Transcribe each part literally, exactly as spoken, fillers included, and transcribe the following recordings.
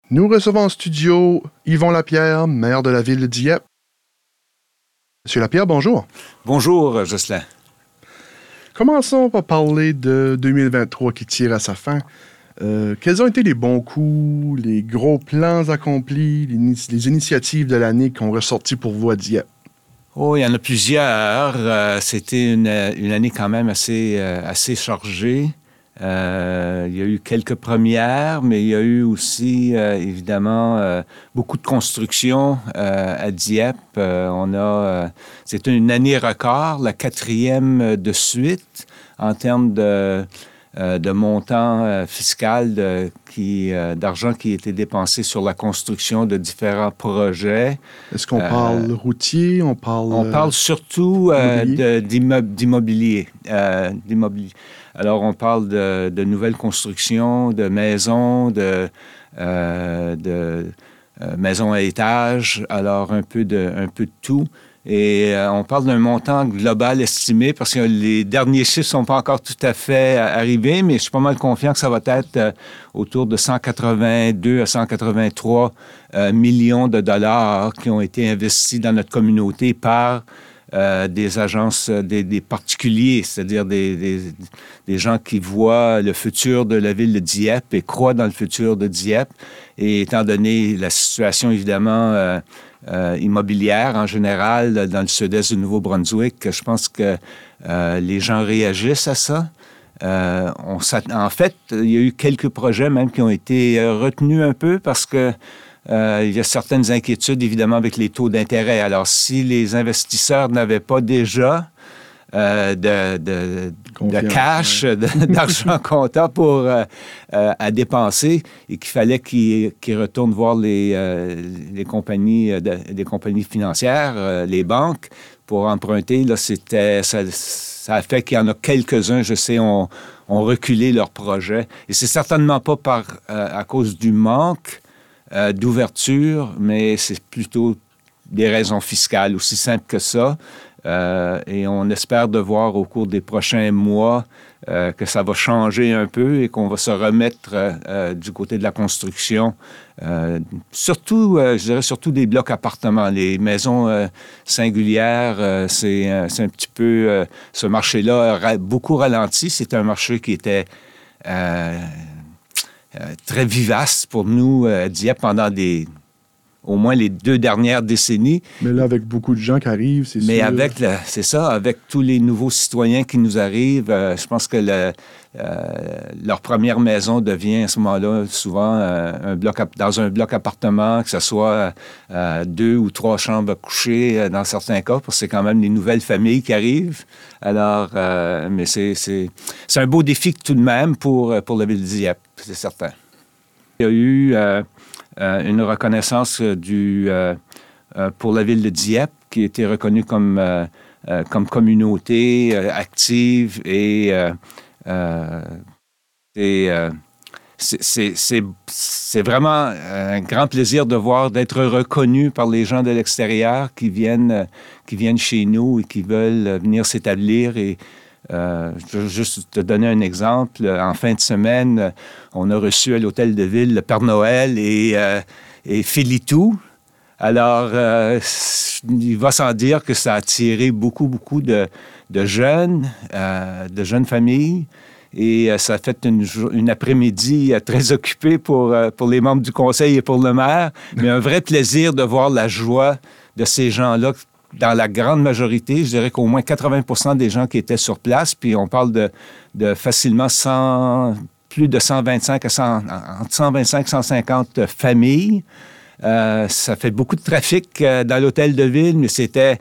Nous recevons en studio Yvon Lapierre, maire de la ville de Dieppe. Monsieur Lapierre, bonjour. Bonjour, Jocelyn. Commençons par parler de deux mille vingt-trois qui tire à sa fin. Euh, quels ont été les bons coups, les gros plans accomplis, les, les initiatives de l'année qui ont ressorti pour vous à Dieppe? Oh, il y en a plusieurs. Euh, c'était une, une année quand même assez, euh, assez chargée. Euh, il y a eu quelques premières, mais il y a eu aussi, euh, évidemment, euh, beaucoup de construction euh, à Dieppe. Euh, on a, euh, c'était une année record, la quatrième de suite en termes de, euh, de montant euh, fiscal de, qui, euh, d'argent qui a été dépensé sur la construction de différents projets. Est-ce qu'on euh, parle routier, on parle... On parle surtout euh, de, d'immob- d'immobilier. Euh, d'immobilier. Alors, on parle de, de nouvelles constructions, de maisons, de, euh, de euh, maisons à étages, alors un peu de, un peu de tout. Et euh, on parle d'un montant global estimé parce que les derniers chiffres ne sont pas encore tout à fait arrivés, mais je suis pas mal confiant que ça va être euh, autour de cent quatre-vingt-deux à cent quatre-vingt-trois euh, millions de dollars qui ont été investis dans notre communauté par Euh, des agences, des, des particuliers, c'est-à-dire des, des, des gens qui voient le futur de la ville de Dieppe et croient dans le futur de Dieppe. Et étant donné la situation, évidemment, euh, euh, immobilière en général dans le sud-est du Nouveau-Brunswick, je pense que euh, les gens réagissent à ça. Euh, on en fait, il y a eu quelques projets même qui ont été retenus un peu parce que Euh, il y a certaines inquiétudes, évidemment, avec les taux d'intérêt. Alors, si les investisseurs n'avaient pas déjà euh, de, de, de cash, ouais. de, d'argent comptant pour, euh, euh, à dépenser et qu'il fallait qu'ils, qu'ils retournent voir les, euh, les compagnies, de, les compagnies financières, euh, les banques, pour emprunter, là, c'était, ça, ça a fait qu'il y en a quelques-uns, je sais, ont, ont reculé leurs projets. Et c'est certainement pas par, euh, à cause du manque Euh, d'ouverture, mais c'est plutôt des raisons fiscales, aussi simples que ça. Euh, et on espère de voir au cours des prochains mois euh, que ça va changer un peu et qu'on va se remettre euh, du côté de la construction. Euh, surtout, euh, je dirais surtout des blocs appartements. Les maisons euh, singulières, euh, c'est, euh, c'est un petit peu... Euh, ce marché-là a beaucoup ralenti. C'est un marché qui était... Euh, Euh, très vivace pour nous à euh, Dieppe pendant des, au moins les deux dernières décennies. Mais là, avec beaucoup de gens qui arrivent, c'est Mais sûr. Mais avec, le, c'est ça, avec tous les nouveaux citoyens qui nous arrivent, euh, je pense que le, euh, leur première maison devient à ce moment-là souvent euh, un bloc, dans un bloc appartement, que ce soit euh, deux ou trois chambres à coucher euh, dans certains cas, parce que c'est quand même les nouvelles familles qui arrivent. Alors, euh, mais c'est, c'est, c'est un beau défi tout de même pour, pour la ville de Dieppe, c'est certain. Il y a eu euh, euh, une reconnaissance du, euh, euh, pour la ville de Dieppe qui a été reconnue comme, euh, euh, comme communauté euh, active et, euh, euh, et euh, c'est, c'est, c'est, c'est vraiment un grand plaisir de voir, d'être reconnu par les gens de l'extérieur qui viennent, qui viennent chez nous et qui veulent venir s'établir. Et euh, je vais juste te donner un exemple. En fin de semaine, on a reçu à l'Hôtel de Ville le Père Noël et, euh, et Félitou. Alors, euh, il va sans dire que ça a attiré beaucoup, beaucoup de, de jeunes, euh, de jeunes familles. Et euh, ça a fait une, une après-midi euh, très occupée pour, euh, pour les membres du conseil et pour le maire. Mais un vrai plaisir de voir la joie de ces gens-là. Dans la grande majorité, je dirais qu'au moins quatre-vingts pour cent des gens qui étaient sur place, puis on parle de, de facilement cent, plus de cent vingt-cinq à cent, entre cent vingt-cinq et cent cinquante familles. Euh, ça fait beaucoup de trafic euh, dans l'hôtel de ville, mais c'était,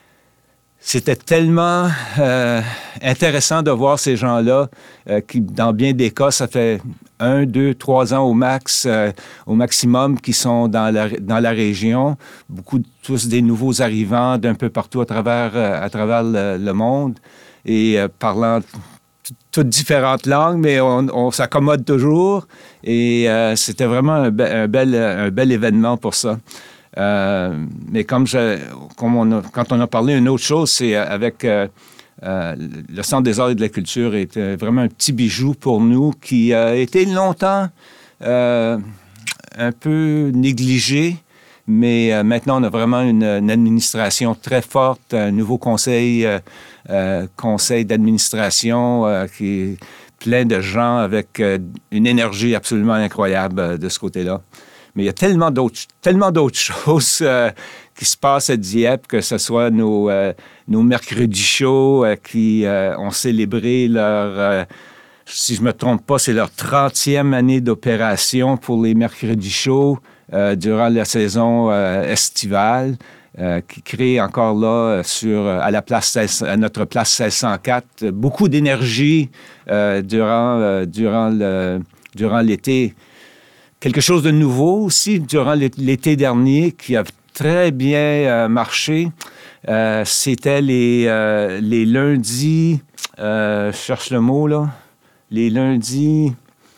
c'était tellement euh, intéressant de voir ces gens-là euh, qui, dans bien des cas, ça fait un, deux, trois ans au max, euh, au maximum, qui sont dans la, dans la région. Beaucoup, tous des nouveaux arrivants d'un peu partout à travers, euh, à travers le, le monde et euh, parlant toutes différentes langues, mais on, on s'accommode toujours. Et euh, c'était vraiment un, be- un, bel, un bel événement pour ça. Euh, mais comme, je, comme on a, quand on a parlé, une autre chose, c'est avec euh, euh, le Centre des arts et de la culture était vraiment un petit bijou pour nous qui a été longtemps euh, un peu négligé. Mais euh, maintenant, on a vraiment une, une administration très forte, un nouveau conseil, euh, euh, conseil d'administration euh, qui est plein de gens avec euh, une énergie absolument incroyable euh, de ce côté-là. Mais il y a tellement d'autres, tellement d'autres choses euh, qui se passent à Dieppe, que ce soit nos, euh, nos mercredis chauds euh, qui euh, ont célébré leur... Euh, si je ne me trompe pas, c'est leur trentième année d'opération pour les mercredis chauds. Euh, durant la saison euh, estivale, euh, qui crée encore là, sur, à, la place seize, à notre place seize cent quatre, beaucoup d'énergie euh, durant, euh, durant, le, durant l'été. Quelque chose de nouveau aussi durant l'été dernier qui a très bien euh, marché, euh, c'était les, euh, les lundis, euh, je cherche le mot là, les lundis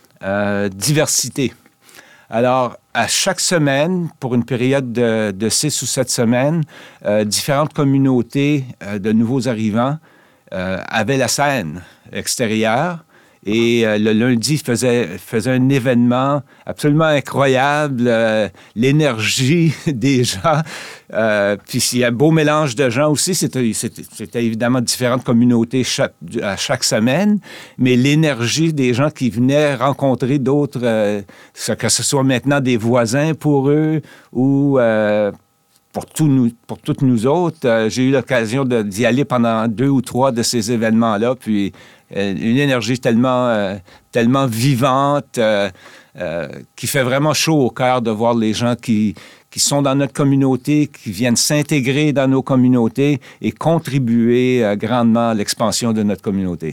euh, diversité. Alors, à chaque semaine, pour une période de, de six ou sept semaines, euh, différentes communautés euh, de nouveaux arrivants euh, avaient la scène extérieure. Et euh, le lundi faisait, faisait un événement absolument incroyable, euh, l'énergie des gens. Euh, puis il y a un beau mélange de gens aussi. C'était, c'était, c'était évidemment différentes communautés chaque, à chaque semaine, mais l'énergie des gens qui venaient rencontrer d'autres, euh, que ce soit maintenant des voisins pour eux ou... Euh, Pour, tout nous, pour toutes nous autres, euh, j'ai eu l'occasion de, d'y aller pendant deux ou trois de ces événements-là, puis euh, une énergie tellement, euh, tellement vivante euh, euh, qui fait vraiment chaud au cœur de voir les gens qui, qui sont dans notre communauté, qui viennent s'intégrer dans nos communautés et contribuer euh, grandement à l'expansion de notre communauté.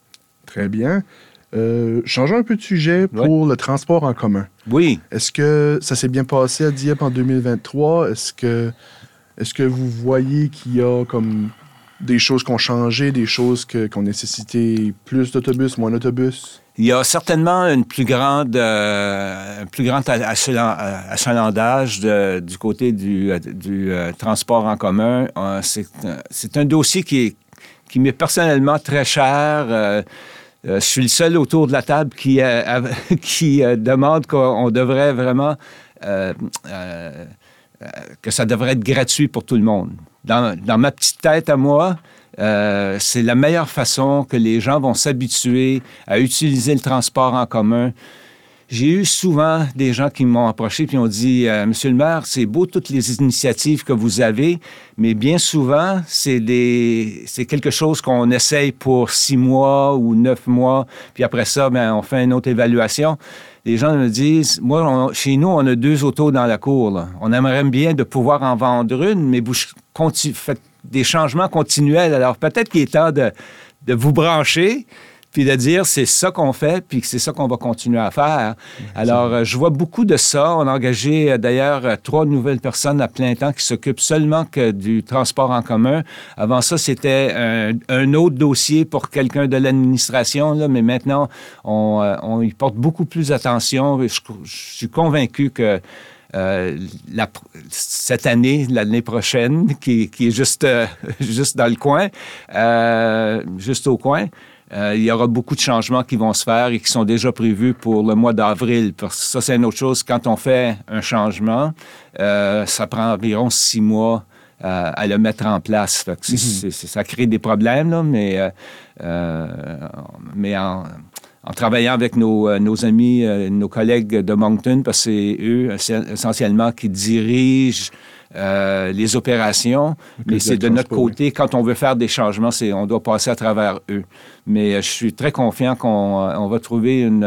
Très bien. Euh, changeons un peu de sujet pour ouais. le transport en commun. Oui. Est-ce que ça s'est bien passé à Dieppe en deux mille vingt-trois? Est-ce que, est-ce que vous voyez qu'il y a comme des choses qui ont changé, des choses que, qui ont nécessité plus d'autobus, moins d'autobus? Il y a certainement une plus grande, euh, un plus grand achalandage de, du côté du, du euh, transport en commun. Euh, c'est, c'est un dossier qui, est, qui m'est personnellement très cher. Euh, Euh, je suis le seul autour de la table qui, euh, qui euh, demande qu'on devrait vraiment... Euh, euh, que ça devrait être gratuit pour tout le monde. Dans, dans ma petite tête à moi, euh, c'est la meilleure façon que les gens vont s'habituer à utiliser le transport en commun. J'ai eu souvent des gens qui m'ont approché et ont dit euh, « Monsieur le maire, c'est beau toutes les initiatives que vous avez, mais bien souvent, c'est, des, c'est quelque chose qu'on essaye pour six mois ou neuf mois, puis après ça, ben, on fait une autre évaluation. » Les gens me disent « Moi, on, chez nous, on a deux autos dans la cour. Là. On aimerait bien de pouvoir en vendre une, mais vous continu, faites des changements continuels. Alors peut-être qu'il est temps de, de vous brancher. » Puis de dire, c'est ça qu'on fait, puis c'est ça qu'on va continuer à faire. Alors, euh, je vois beaucoup de ça. On a engagé, euh, d'ailleurs, euh, trois nouvelles personnes à plein temps qui s'occupent seulement que du transport en commun. Avant ça, c'était un, un autre dossier pour quelqu'un de l'administration, là, mais maintenant, on, euh, on y porte beaucoup plus attention. Je, je suis convaincu que Euh, la, cette année, l'année prochaine, qui, qui est juste, euh, juste dans le coin, euh, juste au coin, euh, il y aura beaucoup de changements qui vont se faire et qui sont déjà prévus pour le mois d'avril. Parce que ça, c'est une autre chose. Quand on fait un changement, euh, ça prend environ six mois euh, à le mettre en place. Fait que c'est, mm-hmm. c'est, ça crée des problèmes, là, mais, euh, euh, mais en... En travaillant avec nos, nos amis, nos collègues de Moncton, parce que c'est eux essentiellement qui dirigent euh, les opérations, okay, mais c'est de notre côté, quand on veut faire des changements, c'est, on doit passer à travers eux. Mais je suis très confiant qu'on on va trouver une,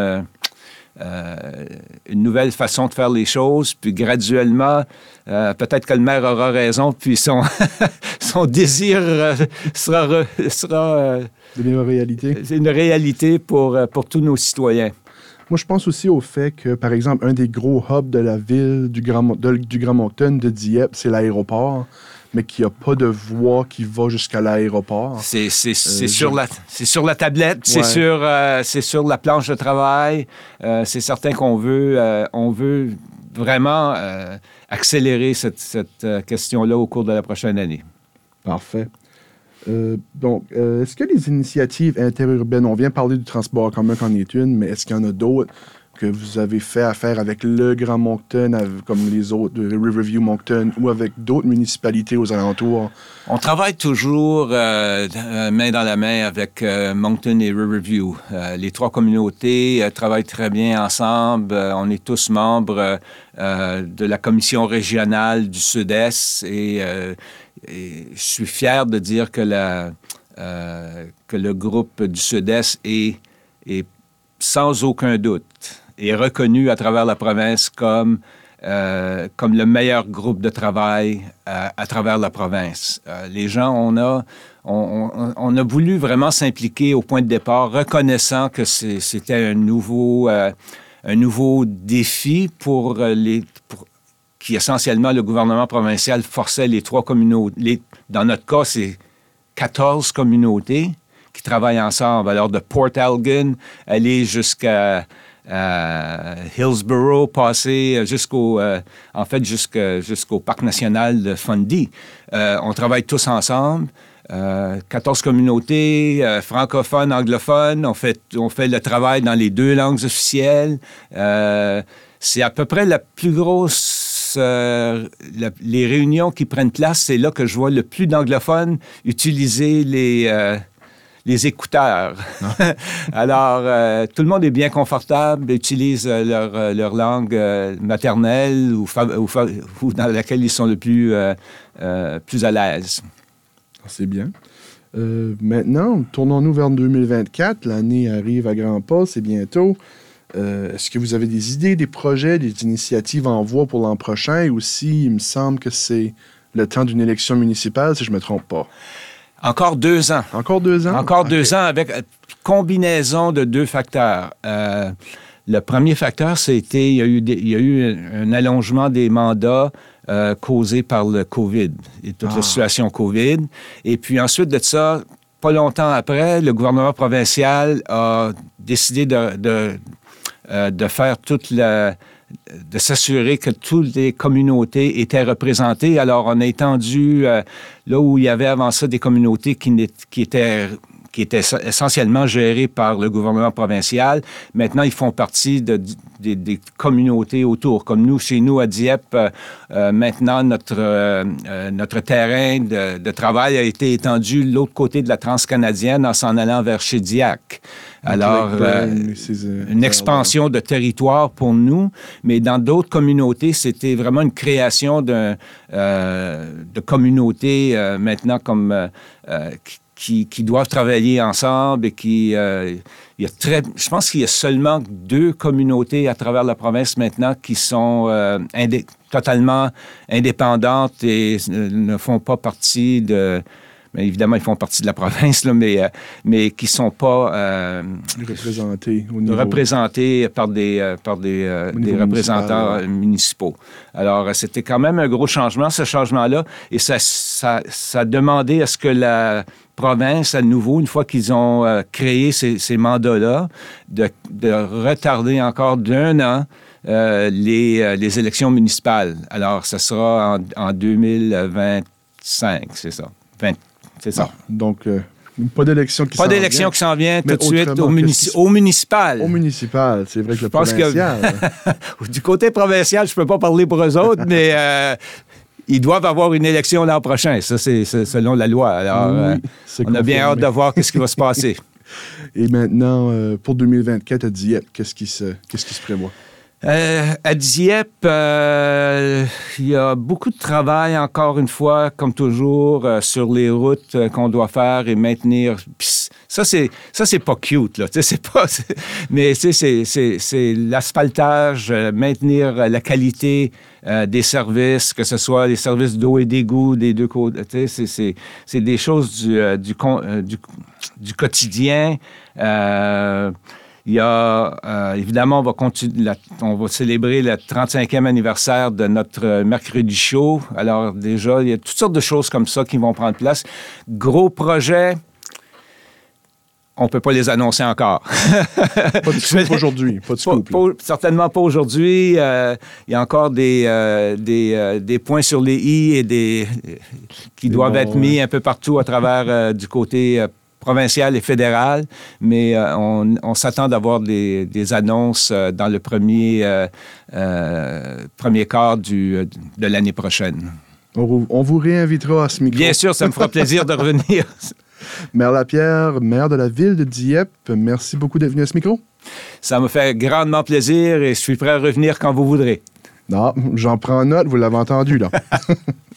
euh, une nouvelle façon de faire les choses, puis graduellement, euh, peut-être que le maire aura raison, puis son, son désir euh, sera... sera euh, devenir une réalité. C'est une réalité pour, pour tous nos citoyens. Moi, je pense aussi au fait que, par exemple, un des gros hubs de la ville du Grand, de, du Grand Moncton, de Dieppe, c'est l'aéroport, mais qu'il n'y a pas de voie qui va jusqu'à l'aéroport. C'est, c'est, c'est, euh, sur, je... la, c'est sur la tablette, ouais. c'est, sur, euh, c'est sur la planche de travail. Euh, c'est certain qu'on veut, euh, on veut vraiment euh, accélérer cette, cette euh, question-là au cours de la prochaine année. Parfait. Euh, donc, euh, est-ce que les initiatives interurbaines, on vient parler du transport en commun qu'en est une, mais est-ce qu'il y en a d'autres, que vous avez fait affaire avec le Grand Moncton, avec, comme les autres, de Riverview, Moncton, ou avec d'autres municipalités aux alentours? On travaille toujours euh, main dans la main avec euh, Moncton et Riverview. Euh, les trois communautés euh, travaillent très bien ensemble. Euh, on est tous membres euh, de la commission régionale du Sud-Est et, euh, et je suis fier de dire que, la, euh, que le groupe du Sud-Est est, est sans aucun doute est reconnu à travers la province comme Euh, comme le meilleur groupe de travail euh, à travers la province. Euh, les gens, on a, on, on, on a voulu vraiment s'impliquer au point de départ, reconnaissant que c'est, c'était un nouveau, euh, un nouveau défi pour les... Pour, qui essentiellement, le gouvernement provincial forçait les trois communautés. Les, dans notre cas, c'est quatorze communautés qui travaillent ensemble. Alors, de Port Elgin, aller jusqu'à... Euh, Hillsborough, passer jusqu'au, euh, en fait, jusqu'à, jusqu'au parc national de Fundy. Euh, on travaille tous ensemble, euh, quatorze communautés, euh, francophones, anglophones. On fait, on fait le travail dans les deux langues officielles. Euh, c'est à peu près la plus grosse... Euh, la, les réunions qui prennent place, c'est là que je vois le plus d'anglophones utiliser les... Euh, les écouteurs. Alors, euh, tout le monde est bien confortable, utilise euh, leur, euh, leur langue euh, maternelle ou, fa- ou, fa- ou dans laquelle ils sont le plus, euh, euh, plus à l'aise. C'est bien. Euh, maintenant, tournons-nous vers deux mille vingt-quatre. L'année arrive à grands pas, c'est bientôt. Euh, est-ce que vous avez des idées, des projets, des initiatives en voie pour l'an prochain? Et aussi, il me semble que c'est le temps d'une élection municipale, si je ne me trompe pas. Encore deux ans. Encore deux ans? Encore okay. deux ans avec combinaison de deux facteurs. Euh, le premier facteur, c'était il y a eu, des, il y a eu un, un allongement des mandats euh, causé par le COVID et toute ah. la situation COVID. Et puis ensuite de ça, pas longtemps après, le gouvernement provincial a décidé de, de, euh, de faire toute la... de s'assurer que toutes les communautés étaient représentées. Alors, on a étendu euh, là où il y avait avant ça des communautés qui, qui, étaient, qui étaient essentiellement gérées par le gouvernement provincial. Maintenant, ils font partie de, de, des communautés autour. Comme nous, chez nous, à Dieppe, euh, euh, maintenant, notre, euh, notre terrain de, de travail a été étendu de l'autre côté de la transcanadienne en s'en allant vers Shediac. Alors, euh, une expansion de territoire pour nous, mais dans d'autres communautés, c'était vraiment une création d'un, euh, de communautés euh, maintenant comme euh, qui, qui doivent travailler ensemble et qui... Euh, il y a très, je pense qu'il y a seulement deux communautés à travers la province maintenant qui sont euh, indé- totalement indépendantes et euh, ne font pas partie de... Mais évidemment, ils font partie de la province, là, mais, euh, mais qui ne sont pas euh, représentés, au niveau... représentés par des, euh, par des, euh, des représentants municipal, ouais. municipaux. Alors, c'était quand même un gros changement, ce changement-là, et ça, ça, ça a demandé à ce que la province, à nouveau, une fois qu'ils ont euh, créé ces, ces mandats-là, de, de retarder encore d'un an euh, les, euh, les élections municipales. Alors, ça sera en, en deux mille vingt-cinq, c'est ça. vingt C'est ça. Ah, donc, euh, pas d'élection qui pas s'en vient. Pas d'élection qui s'en vient tout de suite au, munici- qui... au municipal. Au municipal, c'est vrai que je le provincial. Que... du côté provincial, je ne peux pas parler pour eux autres, mais euh, ils doivent avoir une élection l'an prochain. Ça, c'est, c'est selon la loi. Alors, oui, euh, on confirmé. a bien hâte de voir ce qui va se passer. Et maintenant, euh, pour deux mille vingt-quatre, à Dieppe, qu'est-ce qui se, qu'est-ce qui se prévoit? Euh, à Dieppe, euh, il y a beaucoup de travail, encore une fois, comme toujours, euh, sur les routes euh, qu'on doit faire et maintenir. Pis ça, c'est, ça, c'est pas cute, là. C'est pas, c'est, mais c'est, c'est, c'est l'asphaltage, euh, maintenir la qualité euh, des services, que ce soit les services d'eau et d'égout des deux côtés. C'est, c'est, c'est des choses du, euh, du, euh, du, du quotidien. Euh, Il y a, euh, évidemment, on va, continue, la, on va célébrer le trente-cinquième anniversaire de notre euh, mercredi show. Alors, déjà, il y a toutes sortes de choses comme ça qui vont prendre place. Gros projets, on ne peut pas les annoncer encore. Pas de scoop aujourd'hui. Pas de scoop, pas, pas, certainement pas aujourd'hui. Euh, il y a encore des, euh, des, euh, des points sur les i et des, qui des doivent bons, être mis ouais. un peu partout à travers euh, du côté... Euh, provinciales et fédérales, mais euh, on, on s'attend d'avoir des, des annonces euh, dans le premier, euh, euh, premier quart du, de l'année prochaine. On, on vous réinvitera à ce micro. Bien sûr, ça me fera plaisir de revenir. Maire Lapierre, maire de la ville de Dieppe, merci beaucoup d'être venu à ce micro. Ça me fait grandement plaisir et je suis prêt à revenir quand vous voudrez. Non, j'en prends note, vous l'avez entendu, là.